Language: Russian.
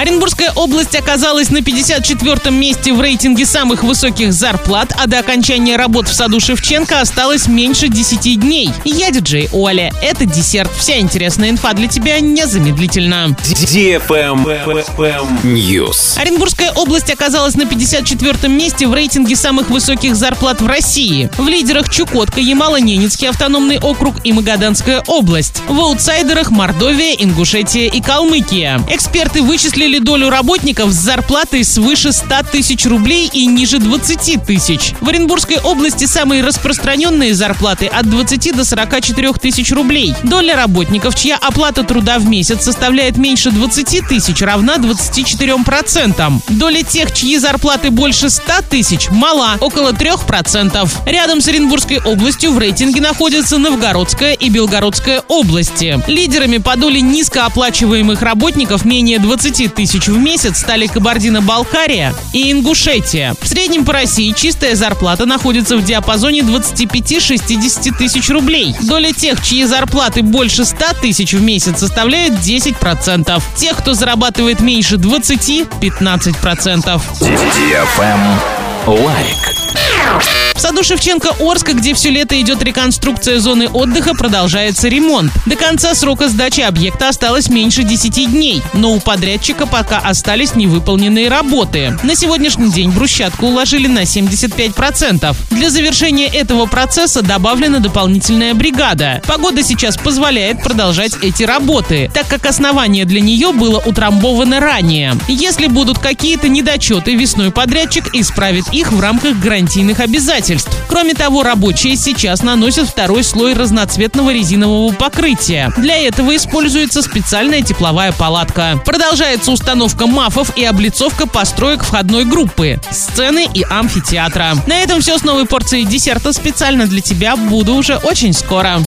Оренбургская область оказалась на 54-м месте в рейтинге самых высоких зарплат, а до окончания работ в саду Шевченко осталось меньше 10 дней. Я диджей Оля. Это десерт. Вся интересная инфа для тебя незамедлительно. News. Оренбургская область оказалась на 54-м месте в рейтинге самых высоких зарплат в России. В лидерах Чукотка, Ямало-Ненецкий автономный округ и Магаданская область. В аутсайдерах Мордовия, Ингушетия и Калмыкия. Эксперты вычислили долю работников с зарплатой свыше 100 тысяч рублей и ниже 20 тысяч. В Оренбургской области самые распространенные зарплаты от 20 до 44 тысяч рублей. Доля работников, чья оплата труда в месяц составляет меньше 20 тысяч, равна 24%. Доля тех, чьи зарплаты больше 100 тысяч, мала, около 3%. Рядом с Оренбургской областью в рейтинге находятся Новгородская и Белгородская области. Лидерами по доле низкооплачиваемых работников менее 20 тысяч в месяц стали Кабардино-Балкария и Ингушетия. В среднем по России чистая зарплата находится в диапазоне 25-60 тысяч рублей. Доля тех, чьи зарплаты больше 100 тысяч в месяц, составляет 10%. Тех, кто зарабатывает меньше 20 – 15%. Лайк. В саду Шевченко-Орска, где все лето идет реконструкция зоны отдыха, продолжается ремонт. До конца срока сдачи объекта осталось меньше 10 дней, но у подрядчика пока остались невыполненные работы. На сегодняшний день брусчатку уложили на 75%. Для завершения этого процесса добавлена дополнительная бригада. Погода сейчас позволяет продолжать эти работы, так как основание для нее было утрамбовано ранее. Если будут какие-то недочеты, весной подрядчик исправит их в рамках гарантийных обязательств. Кроме того, рабочие сейчас наносят второй слой разноцветного резинового покрытия. Для этого используется специальная тепловая палатка. Продолжается установка мафов и облицовка построек входной группы, сцены и амфитеатра. На этом все с новой порцией десерта специально для тебя. Буду уже очень скоро.